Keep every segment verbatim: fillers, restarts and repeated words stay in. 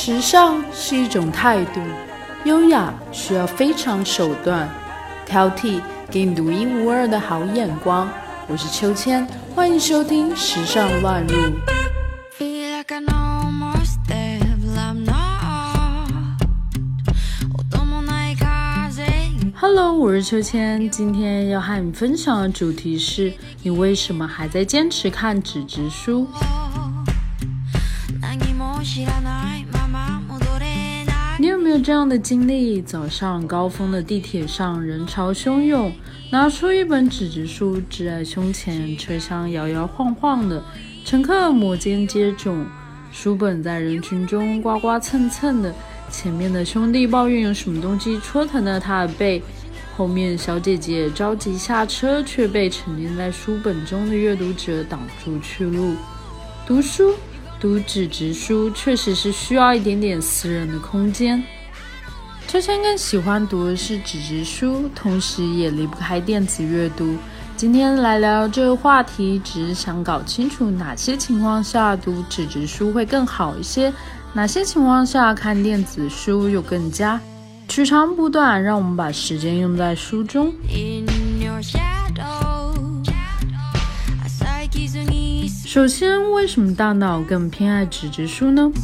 时尚是一种态度，优雅需要非常手段，挑剔给你独一无二的好眼光。我是秋千，欢迎收听时尚乱入。Hello， 我是秋千，今天要和你分享的主题是：你为什么还在坚持看纸质书？你有没有这样的经历？早上高峰的地铁上人潮汹涌，拿出一本纸质书支在胸前，车厢摇摇晃晃的，乘客摩肩接踵，书本在人群中刮刮蹭蹭的，前面的兄弟抱怨有什么东西戳疼了他的背，后面小姐姐着急下车，却被沉浸在书本中的阅读者挡住去路。读书读纸质书确实是需要一点点私人的空间。秋千更喜欢读的是纸质书，同时也离不开电子阅读。今天来聊这个话题，只是想搞清楚哪些情况下读纸质书会更好一些，哪些情况下看电子书又更佳。取长补短，让我们把时间用在书中。首先，为什么大脑更偏爱纸质书呢？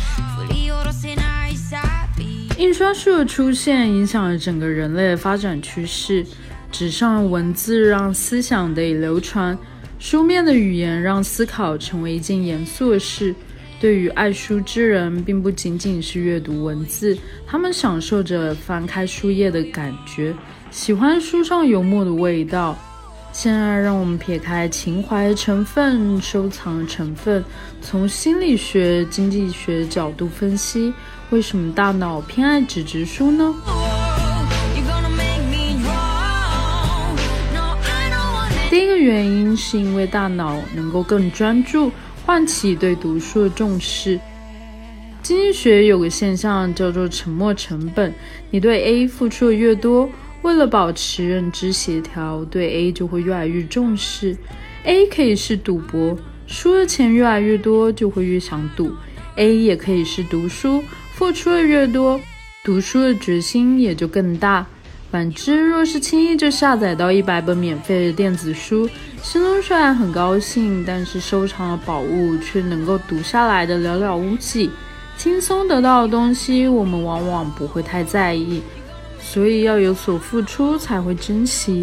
印刷术的出现影响了整个人类的发展趋势。纸上的文字让思想得以流传，书面的语言让思考成为一件严肃的事。对于爱书之人，并不仅仅是阅读文字，他们享受着翻开书页的感觉，喜欢书上油墨的味道。现在让我们撇开情怀的成分、收藏的成分，从心理学、经济学角度分析，为什么大脑偏爱纸质书呢？第一个原因是因为大脑能够更专注，唤起对读书的重视。经济学有个现象叫做沉没成本，你对 A 付出的越多，为了保持认知协调，对 A 就会越来越重视。 A 可以是赌博，输的钱越来越多，就会越想赌。 A 也可以是读书，付出的越多，读书的决心也就更大。反之，若是轻易就下载到一百本免费的电子书，心中虽然很高兴，但是收藏的宝物却能够读下来的寥寥无几。轻松得到的东西，我们往往不会太在意，所以要有所付出才会珍惜。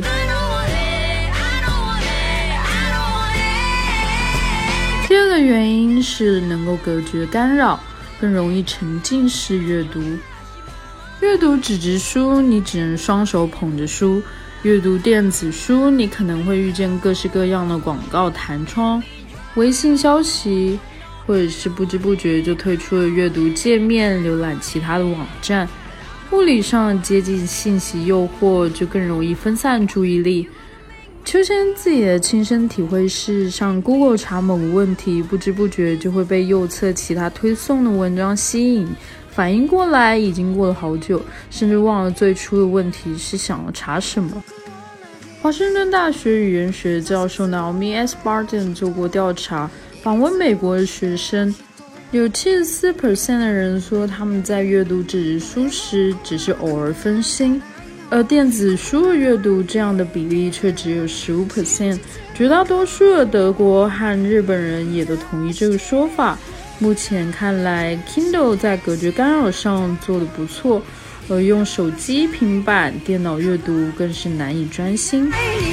第二个原因是能够隔绝干扰，更容易沉浸式阅读。阅读纸质书，你只能双手捧着书；阅读电子书，你可能会遇见各式各样的广告弹窗、微信消息，或者是不知不觉就退出了阅读界面，浏览其他的网站。物理上接近信息诱惑，就更容易分散注意力。秋千自己的亲身体会是，上 Google 查某个问题，不知不觉就会被右侧其他推送的文章吸引，反应过来已经过了好久，甚至忘了最初的问题是想要查什么。华盛顿大学语言学教授 Naomi S. Barton 做过调查，访问美国的学生，有 百分之七十四 的人说他们在阅读纸质书时只是偶尔分心，而电子书的阅读这样的比例却只有 百分之十五。 绝大多数的德国和日本人也都同意这个说法。目前看来 Kindle 在隔绝干扰上做得不错，而用手机、平板、电脑阅读更是难以专心。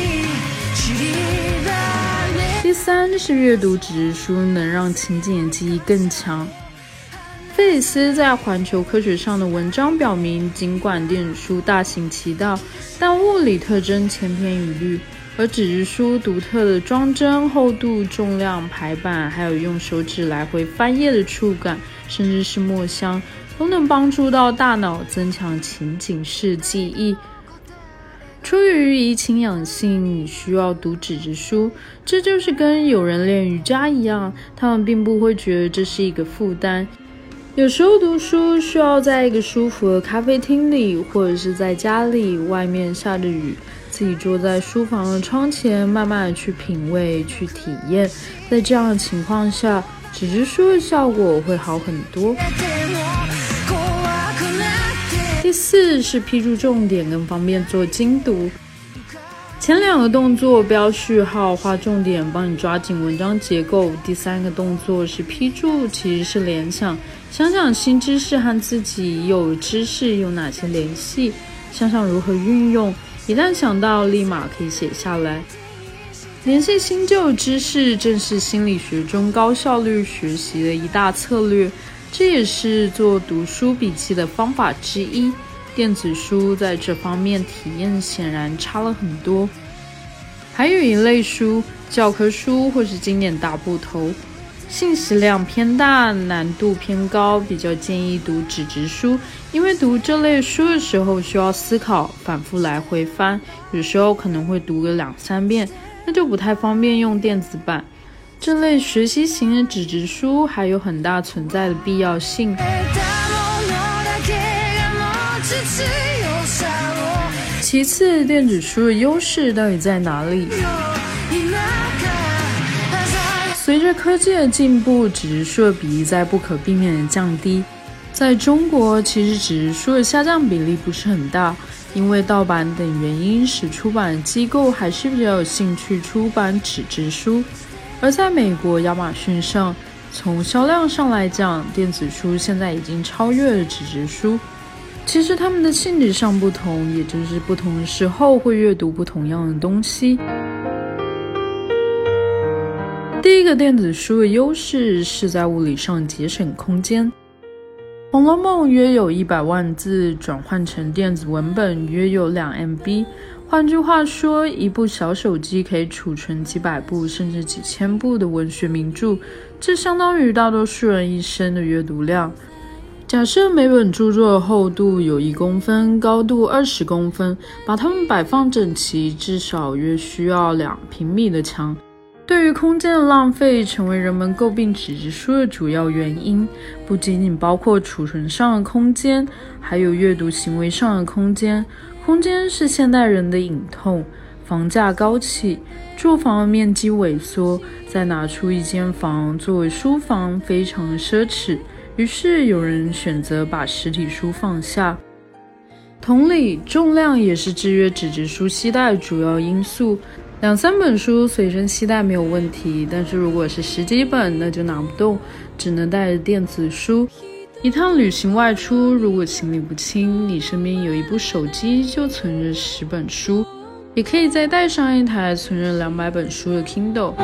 第三是阅读纸质书能让情景的记忆更强。菲利斯在环球科学上的文章表明，尽管电子书大行其道，但物理特征千篇一律，而纸质书独特的装帧、厚度、重量、排版，还有用手指来回翻页的触感，甚至是墨香，都能帮助到大脑增强情景式记忆。出于怡情养性，你需要读纸质书，这就是跟有人练瑜伽一样，他们并不会觉得这是一个负担。有时候读书需要在一个舒服的咖啡厅里，或者是在家里，外面下着雨，自己坐在书房的窗前，慢慢的去品味、去体验。在这样的情况下，纸质书的效果会好很多。 第四是批注重点，更方便做精读。前两个动作标序号、画重点，帮你抓紧文章结构。第三个动作是批注，其实是联想，想想新知识和自己有知识有哪些联系，想想如何运用，一旦想到立马可以写下来。联系新旧知识正是心理学中高效率学习的一大策略，这也是做读书笔记的方法之一。电子书在这方面体验显然差了很多。还有一类书，教科书或是经典大部头，信息量偏大，难度偏高，比较建议读纸质书，因为读这类书的时候需要思考，反复来回翻，有时候可能会读个两三遍，那就不太方便用电子版。这类学习型的纸质书还有很大存在的必要性。其次，电子书的优势到底在哪里？随着科技的进步，纸质书的比例在不可避免的降低。在中国，其实纸质书的下降比例不是很大，因为盗版等原因，使出版机构还是比较有兴趣出版纸质书。而在美国亚马逊上，从销量上来讲，电子书现在已经超越了纸质书。其实它们的性质上不同，也就是不同的时候会阅读不同样的东西。第一个电子书的优势是在物理上节省空间。《红楼梦》约有一百万字，转换成电子文本约有两 M B。换句话说，一部小手机可以储存几百部甚至几千部的文学名著，这相当于大多数人一生的阅读量。假设每本著作的厚度有一公分，高度二十公分，把它们摆放整齐，至少约需要两平米的墙。对于空间的浪费，成为人们诟病纸质书的主要原因，不仅仅包括储存上的空间，还有阅读行为上的空间。空间是现代人的隐痛，房价高企，住房的面积萎缩，再拿出一间房作为书房，非常的奢侈。于是有人选择把实体书放下。同理，重量也是制约纸质书携带的主要因素。两三本书随身携带没有问题，但是如果是十几本，那就拿不动，只能带着电子书。一趟旅行外出，如果行李不轻，你身边有一部手机就存着十本书，也可以再带上一台存着两百本书的 Kindle。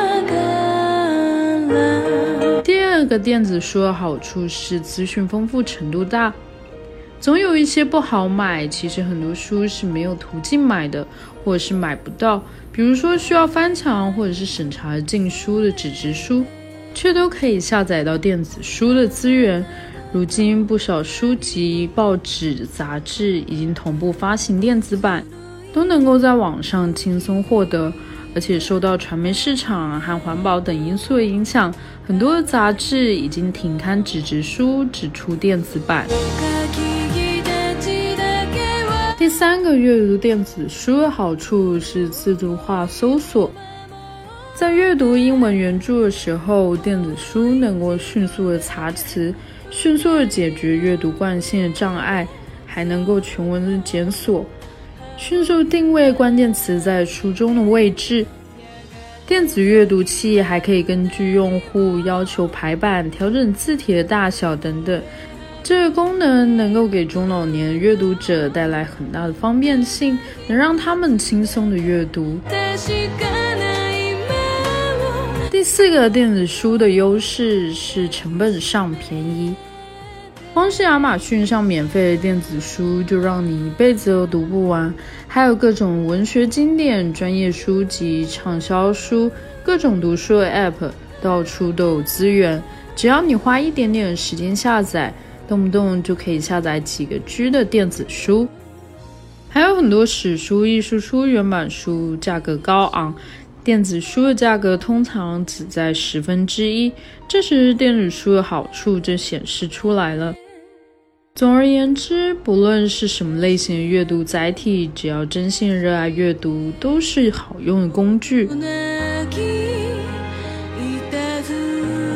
第二个电子书的好处是资讯丰富程度大，总有一些不好买，其实很多书是没有途径买的，或者是买不到，比如说需要翻墙或者是审查禁书的纸质书，却都可以下载到电子书的资源。如今不少书籍、报纸、杂志已经同步发行电子版，都能够在网上轻松获得。而且受到传媒市场和环保等因素的影响，很多的杂志已经停刊纸质书，只出电子版。第三个阅读电子书的好处是自动化搜索。在阅读英文原著的时候，电子书能够迅速的查词，迅速的解决阅读惯性的障碍，还能够全文的检索，迅速定位关键词在书中的位置。电子阅读器还可以根据用户要求排版、调整字体的大小等等。这个功能能够给中老年阅读者带来很大的方便性，能让他们轻松的阅读。第四个电子书的优势是成本上便宜。光是亚马逊上免费的电子书就让你一辈子都读不完，还有各种文学经典、专业书籍、畅销书，各种读书的 App 到处都有资源，只要你花一点点的时间下载，动不动就可以下载几个 G 的电子书。还有很多史书、艺术书、原版书价格高昂，电子书的价格通常只在十分之一，这时电子书的好处就显示出来了。总而言之，不论是什么类型的阅读载体，只要真心热爱阅读，都是好用的工具。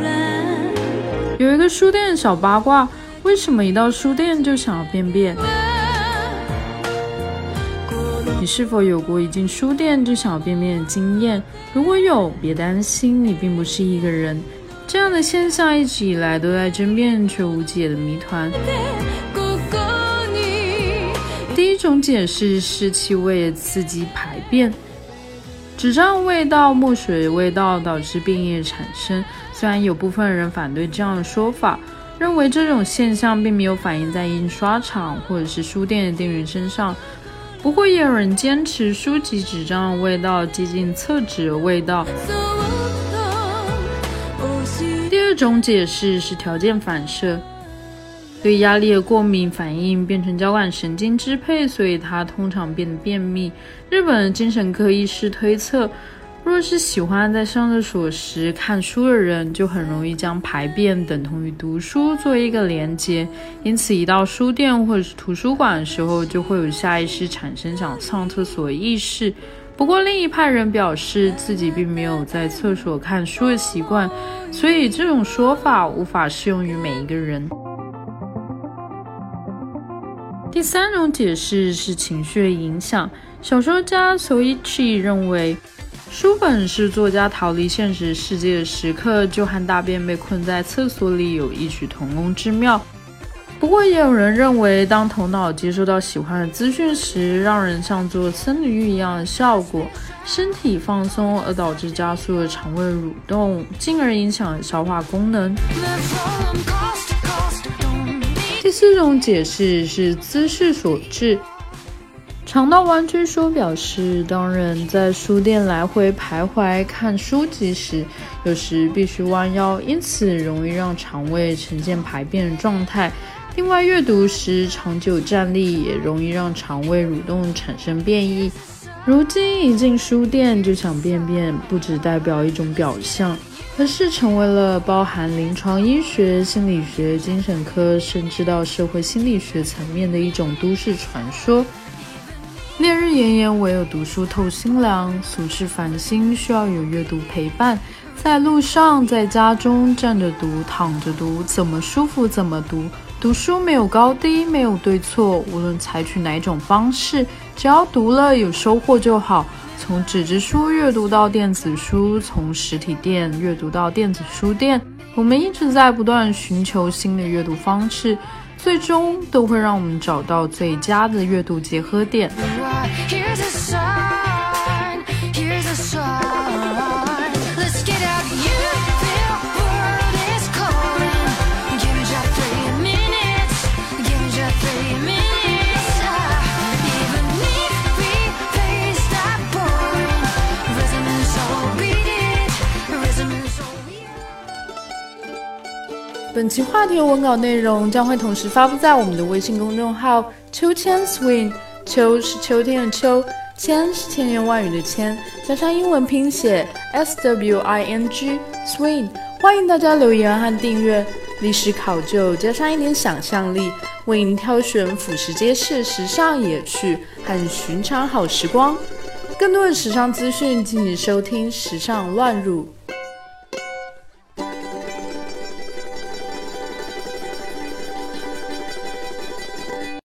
有一个书店的小八卦，为什么一到书店就想要便便？ 你是否有过一进书店就想要便便的经验？如果有，别担心，你并不是一个人。这样的现象一直以来都在争辩却无解的谜团。第一种解释是气味刺激排便，纸张味道、墨水味道导致便液产生。虽然有部分人反对这样的说法，认为这种现象并没有反映在印刷厂或者是书店的店员身上，不过也有人坚持书籍纸张的味道接近厕纸的味道。第二种解释是条件反射，对压力的过敏反应变成交感神经支配，所以它通常变得便秘。日本的精神科医师推测，若是喜欢在上厕所时看书的人，就很容易将排便等同于读书做一个连结，因此一到书店或者是图书馆的时候，就会有下意识产生想上厕所的意识。不过另一派人表示自己并没有在厕所看书的习惯，所以这种说法无法适用于每一个人。第三种解释是情绪的影响。小说家 Soichi 认为，书本是作家逃离现实世界的时刻，就和大便被困在厕所里有异曲同工之妙。不过也有人认为，当头脑接收到喜欢的资讯时，让人像做僧侣浴一样的效果，身体放松而导致加速的肠胃蠕动，进而影响消化功能。第四种解释是姿势所致。肠道弯曲说表示，当人在书店来回徘徊看书籍时，有时必须弯腰，因此容易让肠胃呈现排便的状态。另外，阅读时长久站立也容易让肠胃蠕动产生变异。如今一进书店就想便便，不只代表一种表象，而是成为了包含临床医学、心理学、精神科甚至到社会心理学层面的一种都市传说。烈日炎炎，唯有读书透心凉，俗世烦心，需要有阅读陪伴。在路上，在家中，站着读，躺着读，怎么舒服怎么读。读书没有高低，没有对错，无论采取哪一种方式，只要读了有收获就好。从纸质书阅读到电子书，从实体店阅读到电子书店，我们一直在不断寻求新的阅读方式，最终都会让我们找到最佳的阅读结合点。本期话题的文稿内容将会同时发布在我们的微信公众号秋千 swing， 秋是秋天的秋，千是千言万语的千，加上英文拼写 S W I N G swing。 欢迎大家留言和订阅，历史考究加上一点想象力，为您挑选俯拾皆是时尚野趣和寻常好时光。更多的时尚资讯，敬请收听时尚乱入。